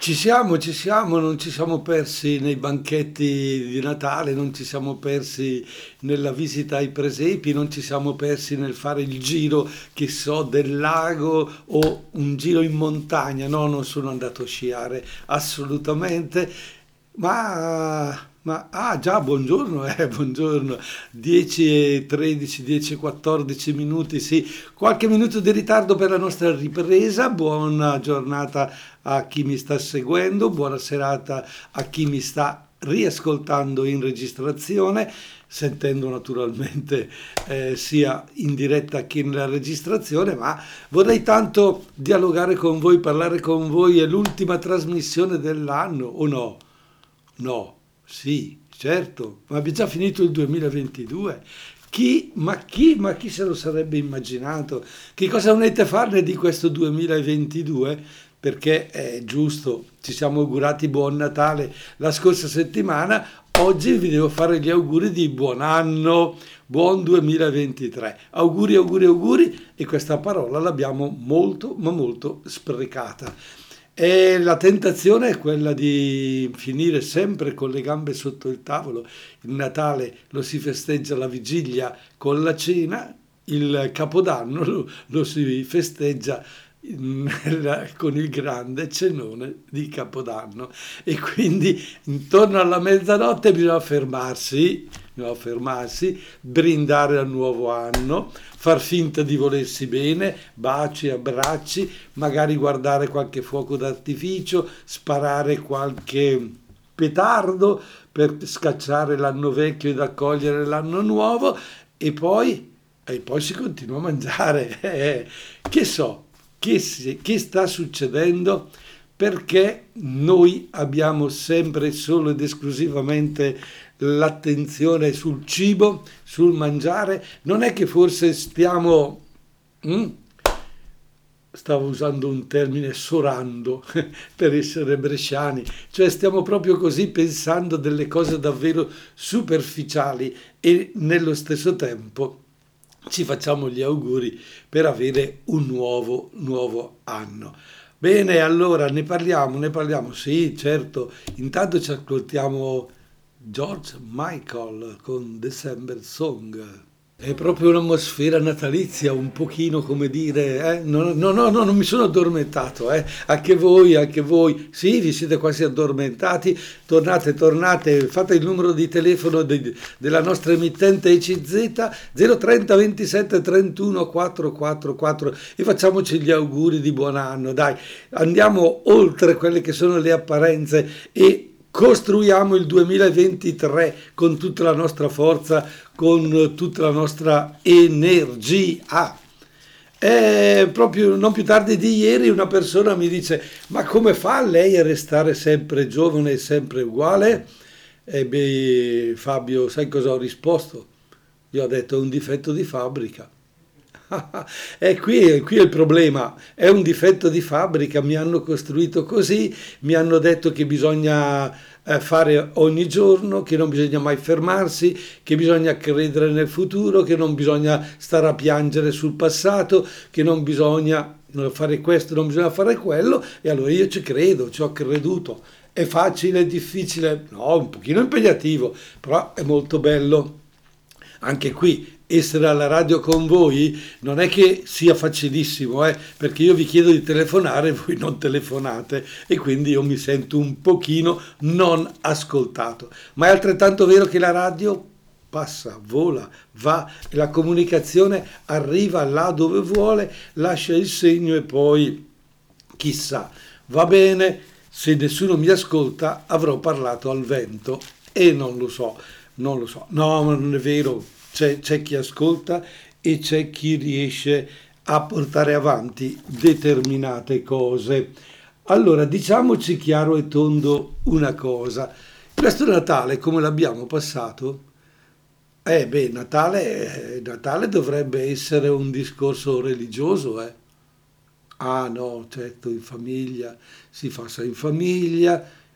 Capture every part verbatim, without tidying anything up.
Ci siamo, ci siamo, non ci siamo persi nei banchetti di Natale, non ci siamo persi nella visita ai presepi, non ci siamo persi nel fare il giro, che so, del lago o un giro in montagna. No, non sono andato a sciare, assolutamente. Ma, ma ah già, buongiorno, eh, buongiorno. dieci e tredici, dieci e quattordici minuti, sì, qualche minuto di ritardo per la nostra ripresa. Buona giornata a chi mi sta seguendo, buona serata a chi mi sta riascoltando in registrazione, sentendo naturalmente eh, sia in diretta che nella registrazione, ma vorrei tanto dialogare con voi, parlare con voi. È l'ultima trasmissione dell'anno, o no? No, sì, certo, ma abbiamo già finito il duemilaventidue. Chi, ma chi, ma chi se lo sarebbe immaginato? Che cosa volete farne di questo duemilaventidue? Perché è giusto, ci siamo augurati buon Natale la scorsa settimana, oggi vi devo fare gli auguri di buon anno, buon duemilaventitré. Auguri, auguri, auguri, e questa parola l'abbiamo molto, ma molto sprecata. E la tentazione è quella di finire sempre con le gambe sotto il tavolo. Il Natale lo si festeggia la vigilia con la cena, il Capodanno lo, lo si festeggia nella- con il grande cenone di Capodanno. E quindi intorno alla mezzanotte bisogna fermarsi, bisogna fermarsi, brindare al nuovo anno, far finta di volersi bene, baci, abbracci, magari guardare qualche fuoco d'artificio, sparare qualche petardo per scacciare l'anno vecchio ed accogliere l'anno nuovo, e poi, e poi si continua a mangiare. Eh, che so, che, si- che sta succedendo? Perché noi abbiamo sempre solo ed esclusivamente l'attenzione sul cibo, sul mangiare. Non è che forse stiamo, mm? Stavo usando un termine, sorando, per essere bresciani, cioè stiamo proprio così pensando delle cose davvero superficiali, e nello stesso tempo ci facciamo gli auguri per avere un nuovo, nuovo anno. Bene, allora ne parliamo, ne parliamo, sì, certo. Intanto ci ascoltiamo George Michael con December Song. È proprio un'atmosfera natalizia, un pochino come dire, eh? No, no, no, no, non mi sono addormentato, eh? Anche voi, anche voi, sì, vi siete quasi addormentati. Tornate, tornate, fate il numero di telefono de- della nostra emittente E C Z, zero trenta ventisette trentuno quattrocentoquarantaquattro, e facciamoci gli auguri di buon anno, dai, andiamo oltre quelle che sono le apparenze e costruiamo il duemilaventitré con tutta la nostra forza, con tutta la nostra energia. E proprio non più tardi di ieri una persona mi dice: ma come fa lei a restare sempre giovane e sempre uguale? E beh, Fabio, sai cosa ho risposto? Io ho detto: è un difetto di fabbrica. E qui, qui è il problema, è un difetto di fabbrica, mi hanno costruito così, mi hanno detto che bisogna eh, fare ogni giorno, che non bisogna mai fermarsi, che bisogna credere nel futuro, che non bisogna stare a piangere sul passato, che non bisogna fare questo, non bisogna fare quello, e allora io ci credo, ci ho creduto. È facile, è difficile? No, un pochino impegnativo, però è molto bello. Anche qui essere alla radio con voi non è che sia facilissimo, eh, perché io vi chiedo di telefonare e voi non telefonate, e quindi io mi sento un pochino non ascoltato. Ma è altrettanto vero che la radio passa, vola, va, e la comunicazione arriva là dove vuole, lascia il segno, e poi chissà, va bene, se nessuno mi ascolta avrò parlato al vento, e non lo so, non lo so. No, ma non è vero, c'è, c'è chi ascolta e c'è chi riesce a portare avanti determinate cose. Allora, diciamoci chiaro e tondo una cosa. Questo Natale come l'abbiamo passato? Eh beh, Natale, eh, Natale dovrebbe essere un discorso religioso, eh. Ah no, certo, in famiglia, si fa in famiglia,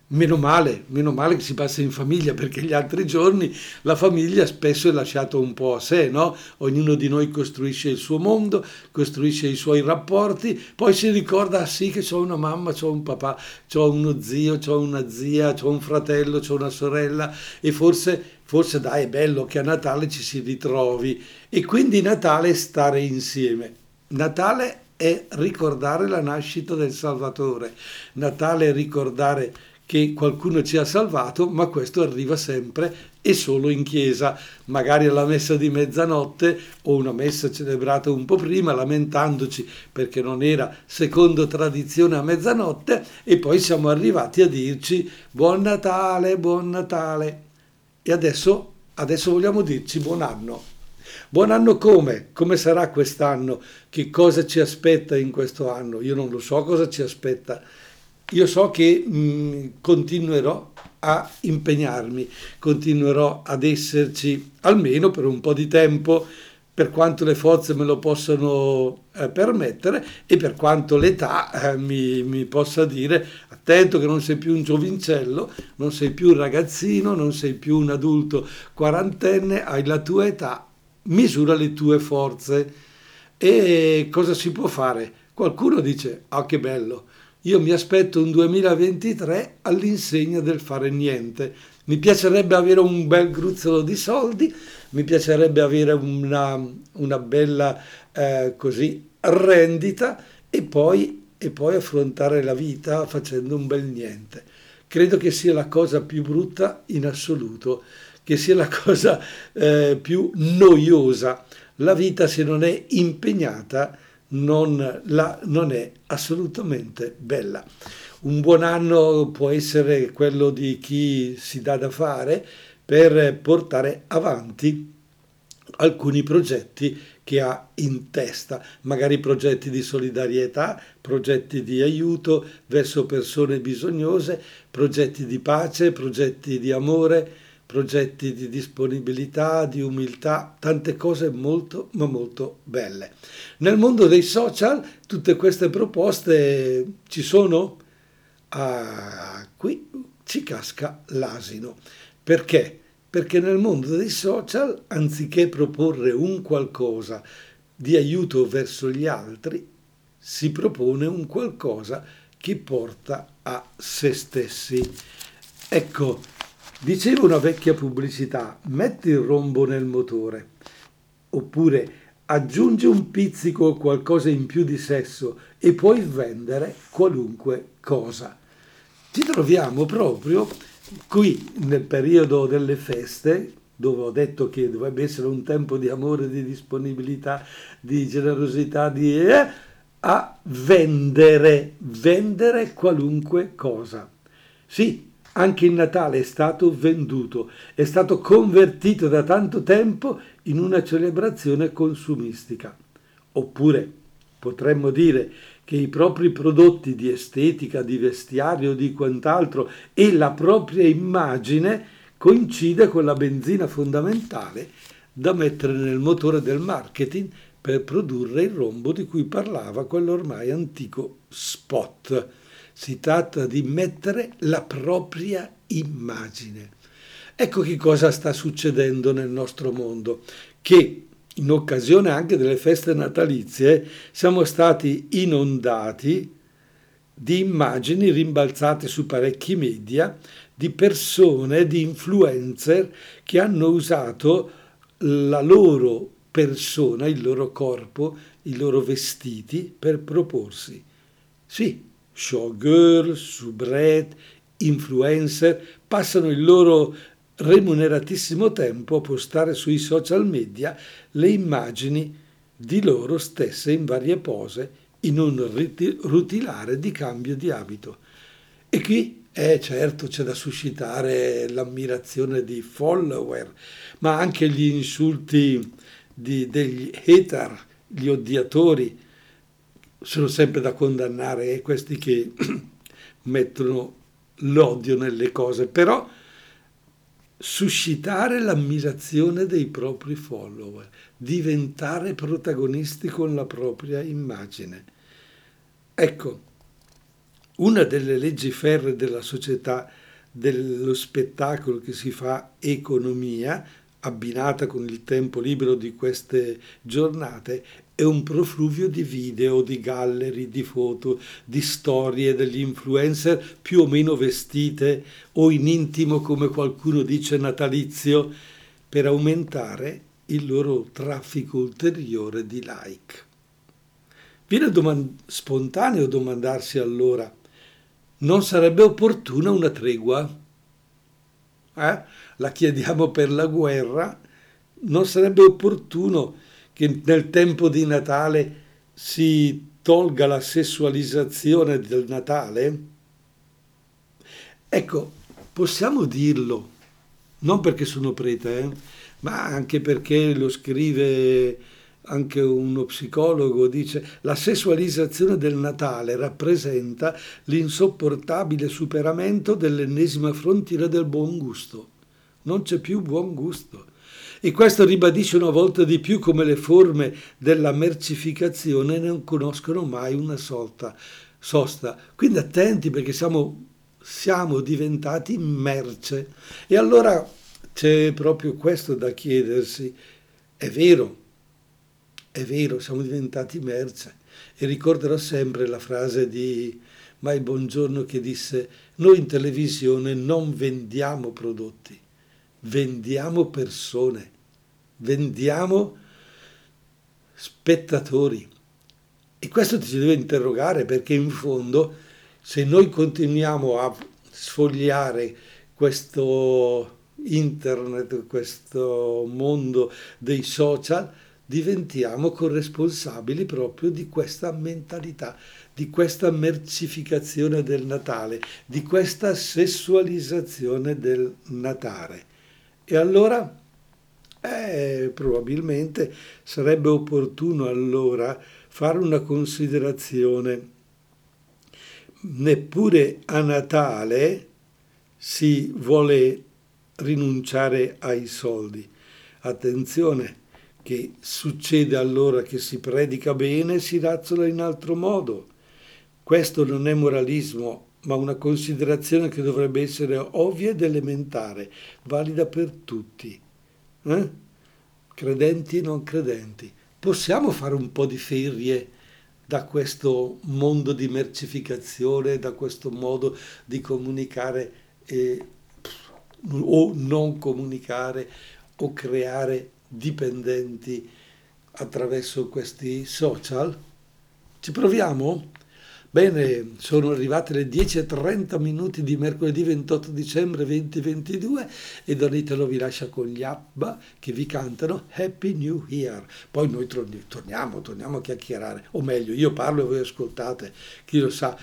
Meno male, meno male che si passa in famiglia, perché gli altri giorni la famiglia spesso è lasciata un po' a sé, no? Ognuno di noi costruisce il suo mondo, costruisce i suoi rapporti, poi si ricorda, ah sì, che c'ho una mamma, c'ho un papà, c'ho uno zio, c'ho una zia, c'ho un fratello, c'ho una sorella, e forse, forse dai, è bello che a Natale ci si ritrovi. E quindi Natale è stare insieme. Natale è ricordare la nascita del Salvatore. Natale è ricordare che qualcuno ci ha salvato, ma questo arriva sempre e solo in chiesa, magari alla messa di mezzanotte o una messa celebrata un po' prima, lamentandoci perché non era secondo tradizione a mezzanotte, e poi siamo arrivati a dirci buon Natale, buon Natale. E adesso, adesso vogliamo dirci buon anno. Buon anno come? Come sarà quest'anno? Che cosa ci aspetta in questo anno? Io non lo so cosa ci aspetta. Io so che mh, continuerò a impegnarmi, continuerò ad esserci almeno per un po' di tempo, per quanto le forze me lo possano eh, permettere e per quanto l'età eh, mi, mi possa dire attento che non sei più un giovincello, non sei più un ragazzino, non sei più un adulto quarantenne, hai la tua età, misura le tue forze. E cosa si può fare? Qualcuno dice, ah che bello, io mi aspetto un duemilaventitré all'insegna del fare niente. Mi piacerebbe avere un bel gruzzolo di soldi, mi piacerebbe avere una, una bella eh, così rendita e poi, e poi affrontare la vita facendo un bel niente. Credo che sia la cosa più brutta in assoluto, che sia la cosa eh, più noiosa. La vita, se non è impegnata, non, la, non è assolutamente bella. Un buon anno può essere quello di chi si dà da fare per portare avanti alcuni progetti che ha in testa, magari progetti di solidarietà, progetti di aiuto verso persone bisognose, progetti di pace, progetti di amore, progetti di disponibilità, di umiltà, tante cose molto ma molto belle. Nel mondo dei social tutte queste proposte ci sono? Ah, qui ci casca l'asino. Perché? Perché nel mondo dei social, anziché proporre un qualcosa di aiuto verso gli altri, si propone un qualcosa che porta a se stessi. Ecco, diceva una vecchia pubblicità, metti il rombo nel motore, oppure aggiungi un pizzico o qualcosa in più di sesso e puoi vendere qualunque cosa. Ci troviamo proprio qui nel periodo delle feste, dove ho detto che dovrebbe essere un tempo di amore, di disponibilità, di generosità, di, eh, a vendere, vendere qualunque cosa. Sì, anche il Natale è stato venduto, è stato convertito da tanto tempo in una celebrazione consumistica. Oppure potremmo dire che i propri prodotti di estetica, di vestiario, di quant'altro e la propria immagine coincide con la benzina fondamentale da mettere nel motore del marketing per produrre il rombo di cui parlava quell'ormai antico spot. Si tratta di mettere la propria immagine. Ecco che cosa sta succedendo nel nostro mondo, che in occasione anche delle feste natalizie siamo stati inondati di immagini rimbalzate su parecchi media di persone, di influencer che hanno usato la loro persona, il loro corpo, i loro vestiti per proporsi. Sì, showgirl, soubrette, influencer passano il loro remuneratissimo tempo a postare sui social media le immagini di loro stesse in varie pose in un rutilare di cambio di abito. E qui, eh, certo, c'è da suscitare l'ammirazione di follower, ma anche gli insulti di, degli hater, gli odiatori, sono sempre da condannare, eh, questi che mettono l'odio nelle cose, però suscitare l'ammirazione dei propri follower, diventare protagonisti con la propria immagine. Ecco, Una delle leggi ferree della società dello spettacolo che si fa economia, abbinata con il tempo libero di queste giornate, è un profluvio di video, di gallery, di foto, di storie degli influencer più o meno vestite o in intimo, come qualcuno dice, natalizio, per aumentare il loro traffico ulteriore di like. Viene domand- spontaneo domandarsi allora: non sarebbe opportuna una tregua? Eh? La chiediamo per la guerra? Non sarebbe opportuno che nel tempo di Natale si tolga la sessualizzazione del Natale? Ecco, possiamo dirlo, non perché sono prete, eh, ma anche perché lo scrive anche uno psicologo, dice: la sessualizzazione del Natale rappresenta l'insopportabile superamento dell'ennesima frontiera del buon gusto. Non c'è più buon gusto. E questo ribadisce una volta di più come le forme della mercificazione non conoscono mai una sorta, sosta. Quindi attenti, perché siamo, siamo diventati merce. E allora c'è proprio questo da chiedersi: è vero, è vero, siamo diventati merce. E ricorderò sempre la frase di Mai Buongiorno che disse: noi in televisione non vendiamo prodotti, vendiamo persone, vendiamo spettatori. E questo ti deve interrogare, perché in fondo, se noi continuiamo a sfogliare questo internet, questo mondo dei social, diventiamo corresponsabili proprio di questa mentalità, di questa mercificazione del Natale, di questa sessualizzazione del Natale. E allora, eh, probabilmente sarebbe opportuno allora fare una considerazione. Neppure a Natale si vuole rinunciare ai soldi. Attenzione, che succede allora che si predica bene e si razzola in altro modo. Questo non è moralismo, ma una considerazione che dovrebbe essere ovvia ed elementare, valida per tutti, eh? Credenti e non credenti. Possiamo fare un po' di ferie da questo mondo di mercificazione, da questo modo di comunicare eh, o non comunicare o creare dipendenti attraverso questi social? Ci proviamo? Bene, sono arrivate le dieci e trenta minuti di mercoledì ventotto dicembre duemilaventidue e Donatello vi lascia con gli ABBA che vi cantano Happy New Year. Poi noi torniamo, torniamo a chiacchierare, o meglio, io parlo e voi ascoltate, chi lo sa.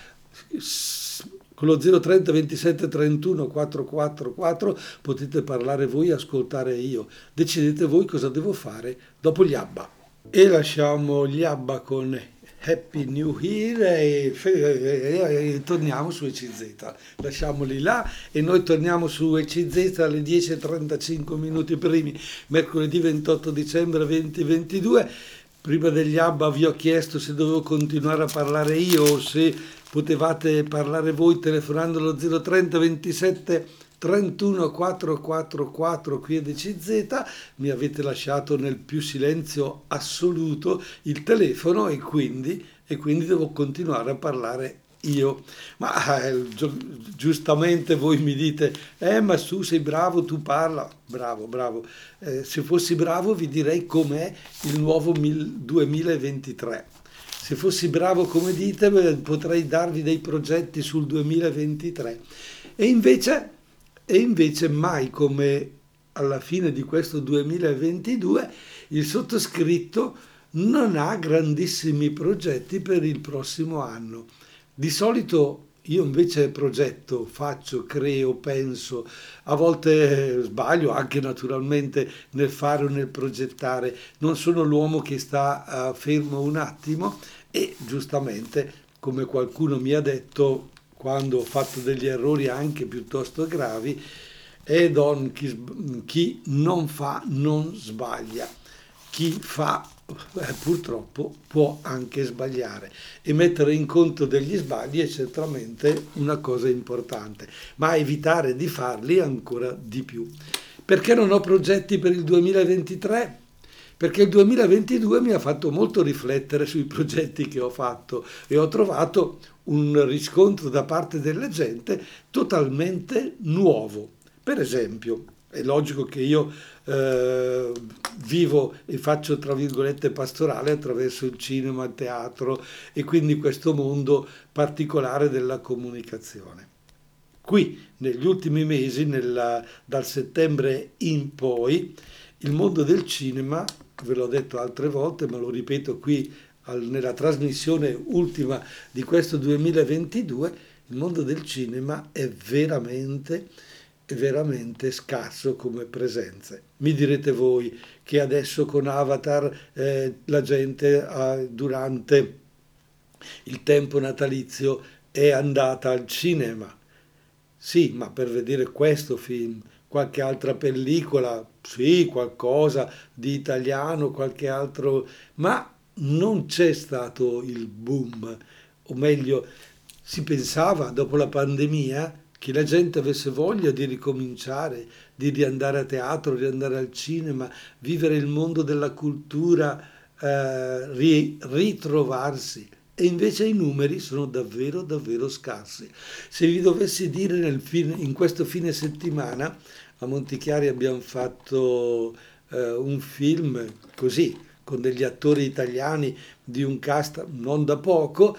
Con lo zero trenta ventisette trentuno quattrocentoquarantaquattro potete parlare voi e ascoltare io. Decidete voi cosa devo fare dopo gli ABBA. E lasciamo gli ABBA con Happy New Year e, e, e, e torniamo su E C Z. Lasciamoli là e noi torniamo su E C Z alle dieci e trentacinque minuti primi, mercoledì ventotto dicembre duemilaventidue. Prima degli ABBA vi ho chiesto se dovevo continuare a parlare io o se potevate parlare voi telefonando allo zero trenta ventisette trentuno quattrocentoquarantaquattro qui ad E C Z. Mi avete lasciato nel più silenzio assoluto il telefono e quindi, e quindi devo continuare a parlare io. Ma eh, gi- giustamente voi mi dite: eh ma tu sei bravo, tu parla. Bravo, bravo. Eh, se fossi bravo vi direi com'è il nuovo mil- duemilaventitré. Se fossi bravo come dite, potrei darvi dei progetti sul duemilaventitré. E invece, e invece mai come alla fine di questo duemilaventidue il sottoscritto non ha grandissimi progetti per il prossimo anno. Di solito io invece progetto, faccio, creo, penso, a volte sbaglio anche naturalmente nel fare o nel progettare, non sono l'uomo che sta uh, fermo un attimo e giustamente, come qualcuno mi ha detto quando ho fatto degli errori anche piuttosto gravi, è don chi, chi non fa non sbaglia, chi fa eh, purtroppo può anche sbagliare e mettere in conto degli sbagli è certamente una cosa importante, ma evitare di farli ancora di più. Perché non ho progetti per il duemilaventitré? Perché il duemilaventidue mi ha fatto molto riflettere sui progetti che ho fatto e ho trovato un riscontro da parte della gente totalmente nuovo. Per esempio, è logico che io eh, vivo e faccio tra virgolette pastorale attraverso il cinema, il teatro e quindi questo mondo particolare della comunicazione. Qui, negli ultimi mesi, nella- dal settembre in poi, il mondo del cinema, ve l'ho detto altre volte, ma lo ripeto qui al- nella trasmissione ultima di questo duemilaventidue, il mondo del cinema è veramente, è veramente scarso come presenze. Mi direte voi che adesso con Avatar eh, la gente ah, durante il tempo natalizio è andata al cinema. Sì, ma per vedere questo film, qualche altra pellicola, sì, qualcosa di italiano, qualche altro, ma non c'è stato il boom, o meglio, si pensava dopo la pandemia che la gente avesse voglia di ricominciare, di riandare a teatro, riandare al cinema, vivere il mondo della cultura, eh, ri- ritrovarsi. E invece i numeri sono davvero, davvero scarsi. Se vi dovessi dire nel fine- in questo fine settimana, a Montichiari abbiamo fatto eh, un film così, con degli attori italiani di un cast non da poco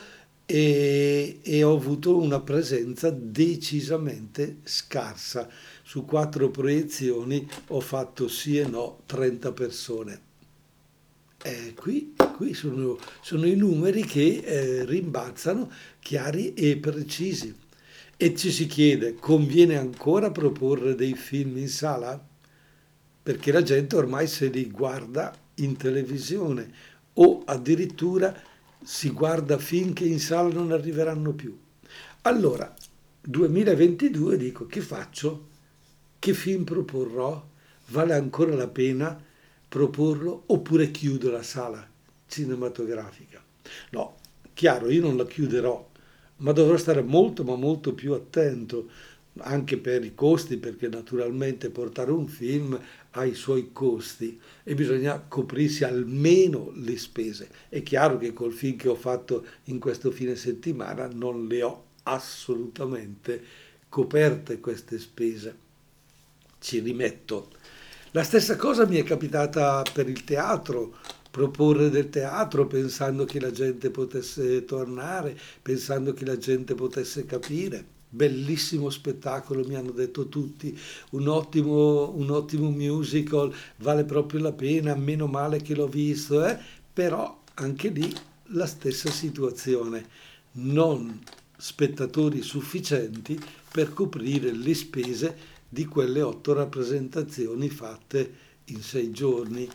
e, e ho avuto una presenza decisamente scarsa. Su quattro proiezioni ho fatto sì e no trenta persone. Eh, qui qui sono, sono i numeri che eh, rimbalzano chiari e precisi. E ci si chiede, conviene ancora proporre dei film in sala? Perché la gente ormai se li guarda in televisione o addirittura si guarda film che in sala non arriveranno più. Allora, duemilaventidue dico, che faccio? Che film proporrò? Vale ancora la pena proporlo oppure chiudo la sala cinematografica? No, chiaro, io non la chiuderò, ma dovrò stare molto ma molto più attento anche per i costi, perché naturalmente portare un film ha i suoi costi e bisogna coprirsi almeno le spese. È chiaro che col film che ho fatto in questo fine settimana non le ho assolutamente coperte queste spese. Ci rimetto. La stessa cosa mi è capitata per il teatro, proporre del teatro pensando che la gente potesse tornare, pensando che la gente potesse capire. Bellissimo spettacolo, mi hanno detto tutti, un ottimo, un ottimo musical, vale proprio la pena, meno male che l'ho visto, eh? Però anche lì la stessa situazione, non spettatori sufficienti per coprire le spese di quelle otto rappresentazioni fatte in sei giorni.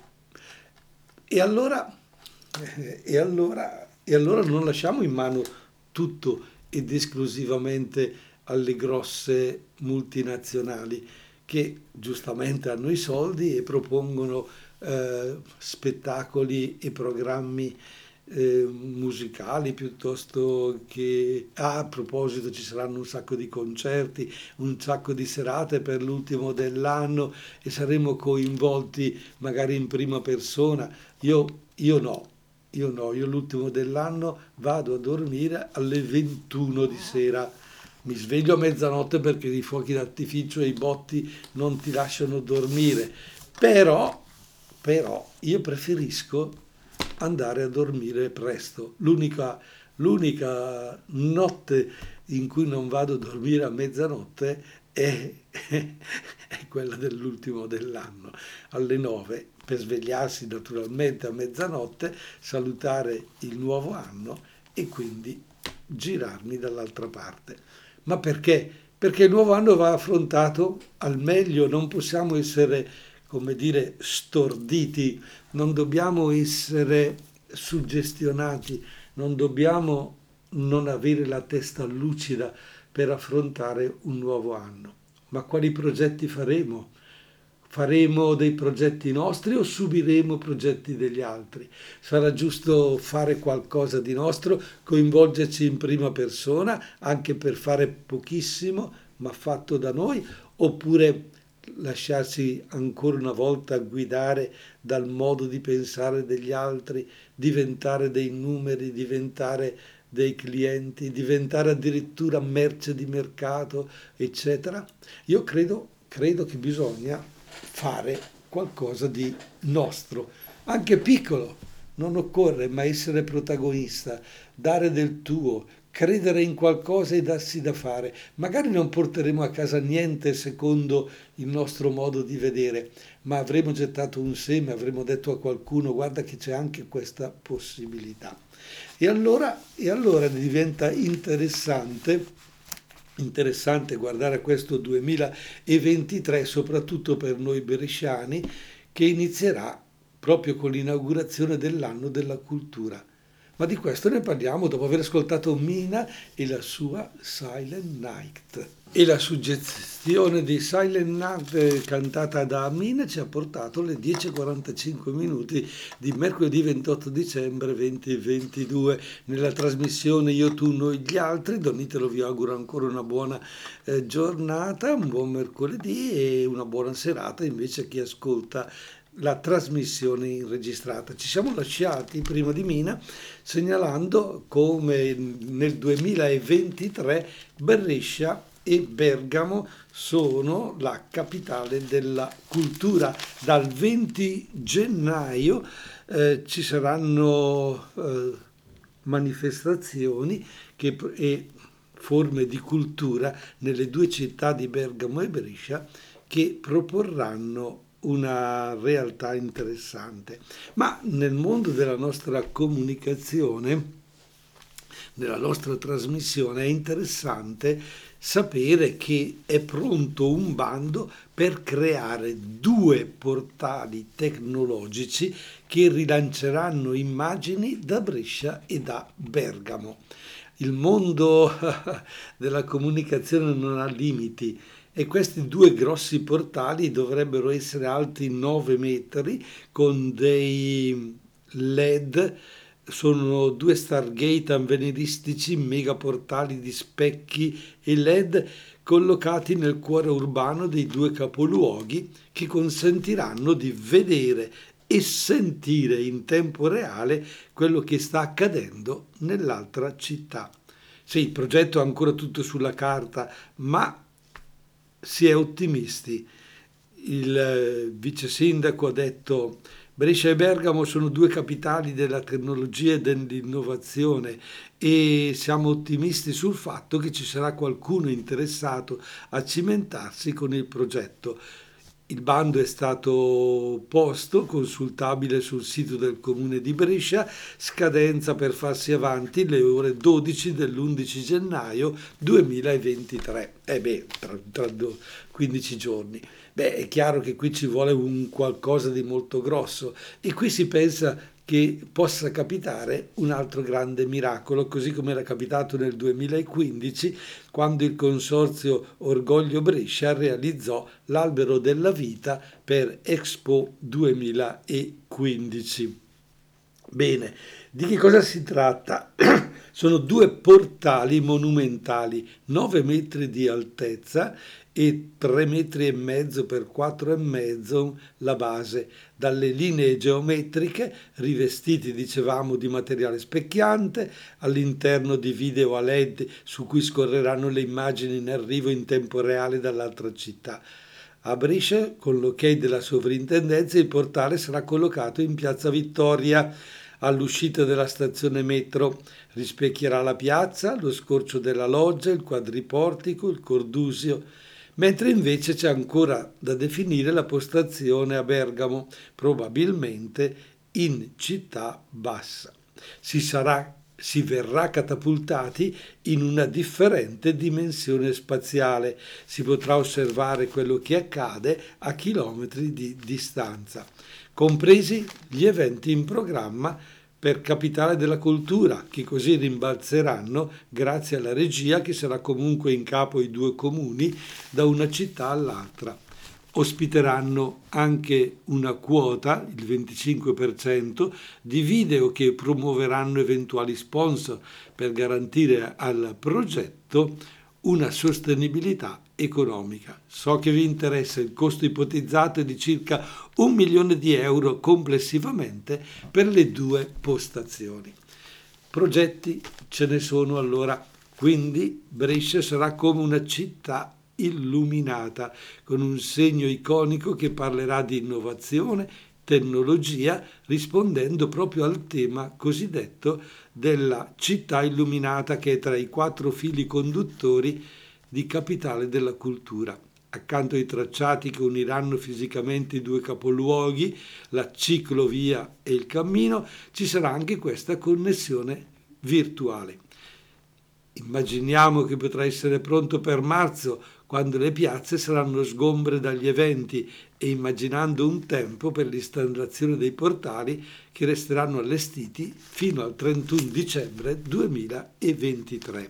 E allora, eh, e allora, e allora non lasciamo in mano tutto ed esclusivamente alle grosse multinazionali che giustamente hanno i soldi e propongono eh, spettacoli e programmi eh, musicali piuttosto che... Ah, a proposito, ci saranno un sacco di concerti, un sacco di serate per l'ultimo dell'anno e saremo coinvolti magari in prima persona. Io, io no, io no, io l'ultimo dell'anno vado a dormire alle ventuno di sera. Mi sveglio a mezzanotte perché i fuochi d'artificio e i botti non ti lasciano dormire. Però, però, io preferisco andare a dormire presto. L'unica, l'unica notte in cui non vado a dormire a mezzanotte è, è quella dell'ultimo dell'anno, alle nove, per svegliarsi naturalmente a mezzanotte, salutare il nuovo anno e quindi girarmi dall'altra parte. Ma perché? Perché il nuovo anno va affrontato al meglio, non possiamo essere, come dire, storditi, non dobbiamo essere suggestionati, non dobbiamo non avere la testa lucida per affrontare un nuovo anno. Ma quali progetti faremo? faremo dei progetti nostri o subiremo progetti degli altri? Sarà giusto fare qualcosa di nostro, coinvolgerci in prima persona, anche per fare pochissimo, ma fatto da noi, oppure lasciarsi ancora una volta guidare dal modo di pensare degli altri, diventare dei numeri, diventare dei clienti, diventare addirittura merce di mercato, eccetera. Io credo, credo che bisogna fare qualcosa di nostro, anche piccolo, non occorre mai essere protagonista, dare del tuo, credere in qualcosa e darsi da fare. Magari non porteremo a casa niente secondo il nostro modo di vedere, ma avremo gettato un seme, avremo detto a qualcuno guarda che c'è anche questa possibilità. E allora, e allora diventa interessante Interessante guardare a questo duemilaventitré, soprattutto per noi bresciani, che inizierà proprio con l'inaugurazione dell'anno della cultura. Ma di questo ne parliamo dopo aver ascoltato Mina e la sua Silent Night. E la suggestione di Silent Night cantata da Mina ci ha portato alle dieci e quarantacinque minuti di mercoledì ventotto dicembre duemilaventidue. Nella trasmissione Io, tu, noi, gli altri, Donitelo vi auguro ancora una buona eh, giornata, un buon mercoledì e una buona serata invece a chi ascolta la trasmissione registrata. Ci siamo lasciati prima di Mina segnalando come nel duemilaventitré Brescia e Bergamo sono la capitale della cultura. Dal venti gennaio eh, ci saranno eh, manifestazioni che, e forme di cultura nelle due città di Bergamo e Brescia che proporranno una realtà interessante. Ma nel mondo della nostra comunicazione, nella nostra trasmissione, è interessante sapere che è pronto un bando per creare due portali tecnologici che rilanceranno immagini da Brescia e da Bergamo. Il mondo della comunicazione non ha limiti. E questi due grossi portali dovrebbero essere alti nove metri con dei L E D, sono due Stargate avveniristici, megaportali di specchi e L E D collocati nel cuore urbano dei due capoluoghi che consentiranno di vedere e sentire in tempo reale quello che sta accadendo nell'altra città. Sì, il progetto è ancora tutto sulla carta, ma si è ottimisti. Il eh, vice sindaco ha detto Brescia e Bergamo sono due capitali della tecnologia e dell'innovazione e siamo ottimisti sul fatto che ci sarà qualcuno interessato a cimentarsi con il progetto. Il bando è stato posto, consultabile sul sito del Comune di Brescia, scadenza per farsi avanti le ore dodici dell'undici gennaio duemilaventitré. Eh beh, tra, tra quindici giorni. Beh, è chiaro che qui ci vuole un qualcosa di molto grosso e qui si pensa che possa capitare un altro grande miracolo, così come era capitato nel duemilaquindici, quando il consorzio Orgoglio Brescia realizzò l'albero della vita per Expo duemilaquindici. Bene, di che cosa si tratta? Sono due portali monumentali, nove metri di altezza e tre metri e mezzo per quattro e mezzo la base, dalle linee geometriche rivestiti, dicevamo, di materiale specchiante, all'interno di video a L E D su cui scorreranno le immagini in arrivo in tempo reale dall'altra città. A Brescia, con l'ok della sovrintendenza, il portale sarà collocato in Piazza Vittoria, all'uscita della stazione metro. Rispecchierà la piazza, lo scorcio della loggia, il quadriportico, il cordusio, mentre invece c'è ancora da definire la postazione a Bergamo, probabilmente in città bassa. Si sarà si verrà catapultati in una differente dimensione spaziale. Si potrà osservare quello che accade a chilometri di distanza, compresi gli eventi in programma per Capitale della Cultura, che così rimbalzeranno grazie alla regia che sarà comunque in capo ai due comuni da una città all'altra. ospiteranno anche una quota, il venticinque per cento, di video che promuoveranno eventuali sponsor per garantire al progetto una sostenibilità economica. So che vi interessa, il costo ipotizzato è di circa un milione di euro complessivamente per le due postazioni. Progetti ce ne sono allora, quindi Brescia sarà come una città illuminata, con un segno iconico che parlerà di innovazione, tecnologia, rispondendo proprio al tema cosiddetto della città illuminata, che è tra i quattro fili conduttori di Capitale della Cultura. Accanto ai tracciati che uniranno fisicamente i due capoluoghi, la ciclovia e il cammino, ci sarà anche questa connessione virtuale. Immaginiamo che potrà essere pronto per marzo, quando le piazze saranno sgombre dagli eventi, e immaginando un tempo per l'installazione dei portali che resteranno allestiti fino al trentuno dicembre duemilaventitré.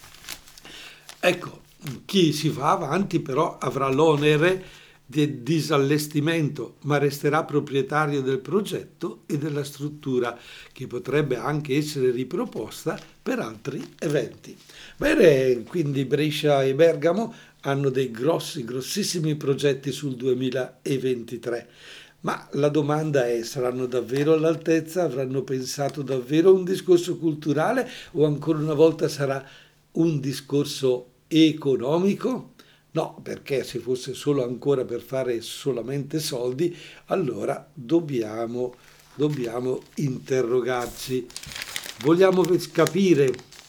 Ecco, chi si fa avanti però avrà l'onere del disallestimento, ma resterà proprietario del progetto e della struttura, che potrebbe anche essere riproposta per altri eventi. Bene, quindi Brescia e Bergamo hanno dei grossi, grossissimi progetti sul duemilaventitré, ma la domanda è: saranno davvero all'altezza? Avranno pensato davvero a un discorso culturale, o ancora una volta sarà un discorso economico? No, perché se fosse solo ancora per fare solamente soldi, allora dobbiamo, dobbiamo interrogarci. Vogliamo capire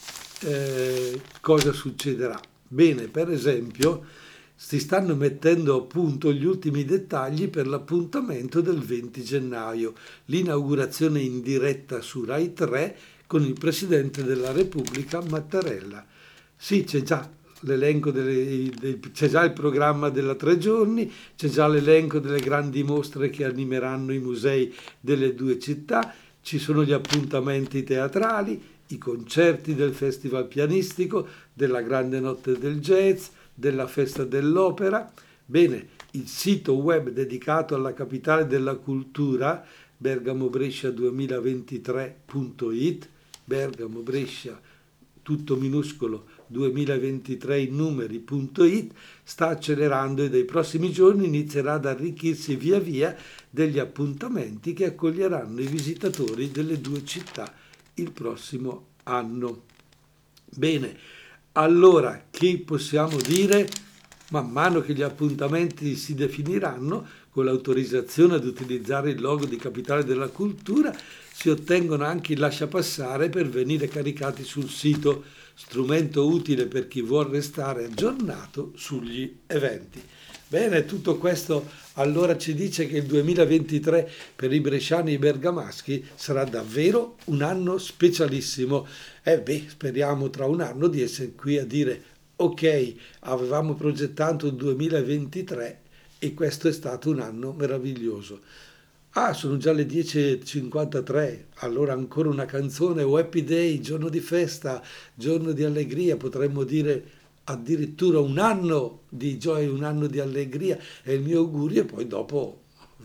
eh, cosa succederà. Bene, per esempio, si stanno mettendo a punto gli ultimi dettagli per l'appuntamento del venti gennaio, l'inaugurazione in diretta su Rai tre con il Presidente della Repubblica Mattarella. Sì, c'è già l'elenco delle, dei, c'è già il programma della tre giorni, c'è già l'elenco delle grandi mostre che animeranno i musei delle due città, ci sono gli appuntamenti teatrali, i concerti del Festival Pianistico, della Grande Notte del Jazz, della Festa dell'Opera. Bene, il sito web dedicato alla Capitale della Cultura, bergamo brescia duemilaventitré punto it, Bergamo Brescia, tutto minuscolo, duemilaventitré in numeri.it, sta accelerando e dai prossimi giorni inizierà ad arricchirsi via via degli appuntamenti che accoglieranno i visitatori delle due città il prossimo anno. Bene, allora che possiamo dire? Man mano che gli appuntamenti si definiranno, con l'autorizzazione ad utilizzare il logo di Capitale della Cultura, si ottengono anche i lasciapassare per venire caricati sul sito, strumento utile per chi vuol restare aggiornato sugli eventi. Bene, tutto questo allora ci dice che il duemilaventitré per i bresciani e i bergamaschi sarà davvero un anno specialissimo. E beh, speriamo tra un anno di essere qui a dire: ok, avevamo progettato il duemilaventitré e questo è stato un anno meraviglioso. Ah, sono già le dieci e cinquantatré, allora ancora una canzone: oh, Happy Day, giorno di festa, giorno di allegria, potremmo dire addirittura un anno di gioia, un anno di allegria, è il mio augurio, e poi dopo,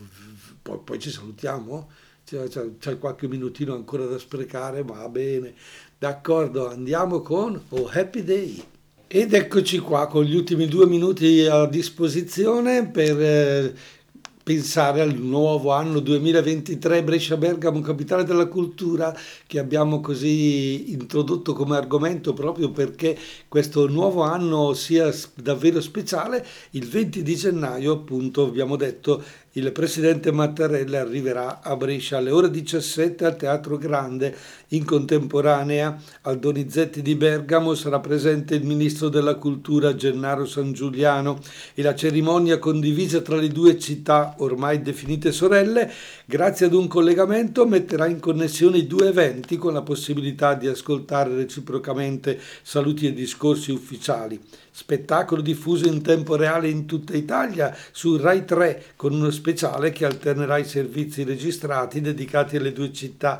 poi, poi ci salutiamo, c'è, c'è, c'è qualche minutino ancora da sprecare, va bene, d'accordo, andiamo con Oh Happy Day. Ed eccoci qua con gli ultimi due minuti a disposizione per eh, pensare al nuovo anno duemilaventitré Brescia-Bergamo, Capitale della Cultura, che abbiamo così introdotto come argomento proprio perché questo nuovo anno sia davvero speciale. Il venti di gennaio, appunto, abbiamo detto, il Presidente Mattarella arriverà a Brescia alle ore diciassette al Teatro Grande. In contemporanea al Donizetti di Bergamo sarà presente il Ministro della Cultura Gennaro Sangiuliano, e la cerimonia condivisa tra le due città ormai definite sorelle, grazie ad un collegamento, metterà in connessione i due eventi con la possibilità di ascoltare reciprocamente saluti e discorsi ufficiali. Spettacolo diffuso in tempo reale in tutta Italia su Rai tre, con uno speciale che alternerà i servizi registrati dedicati alle due città.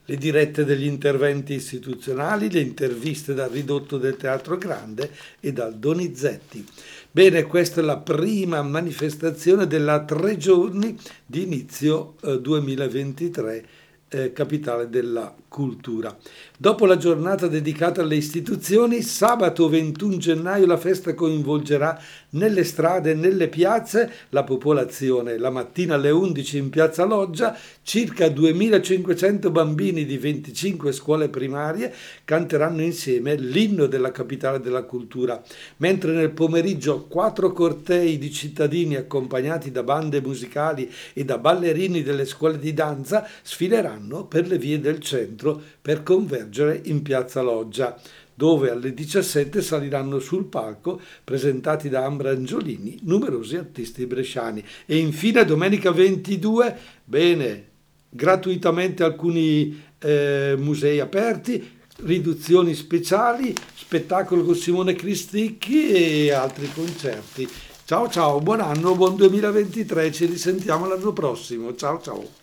le dirette degli interventi istituzionali, le interviste dal ridotto del Teatro Grande e dal Donizetti. Bene, questa è la prima manifestazione della tre giorni di inizio eh, duemilaventitré, eh, capitale della cultura. Dopo la giornata dedicata alle istituzioni, sabato ventuno gennaio la festa coinvolgerà nelle strade e nelle piazze la popolazione. La mattina alle undici in Piazza Loggia circa duemilacinquecento bambini di venticinque scuole primarie canteranno insieme l'inno della capitale della cultura, mentre nel pomeriggio quattro cortei di cittadini accompagnati da bande musicali e da ballerini delle scuole di danza sfileranno per le vie del centro per convergere in Piazza Loggia, dove alle diciassette saliranno sul palco, presentati da Ambra Angiolini, numerosi artisti bresciani. E infine domenica ventidue, bene, gratuitamente alcuni eh, musei aperti, riduzioni speciali, spettacolo con Simone Cristicchi e altri concerti. Ciao ciao, buon anno, buon duemilaventitré, ci risentiamo l'anno prossimo. Ciao ciao.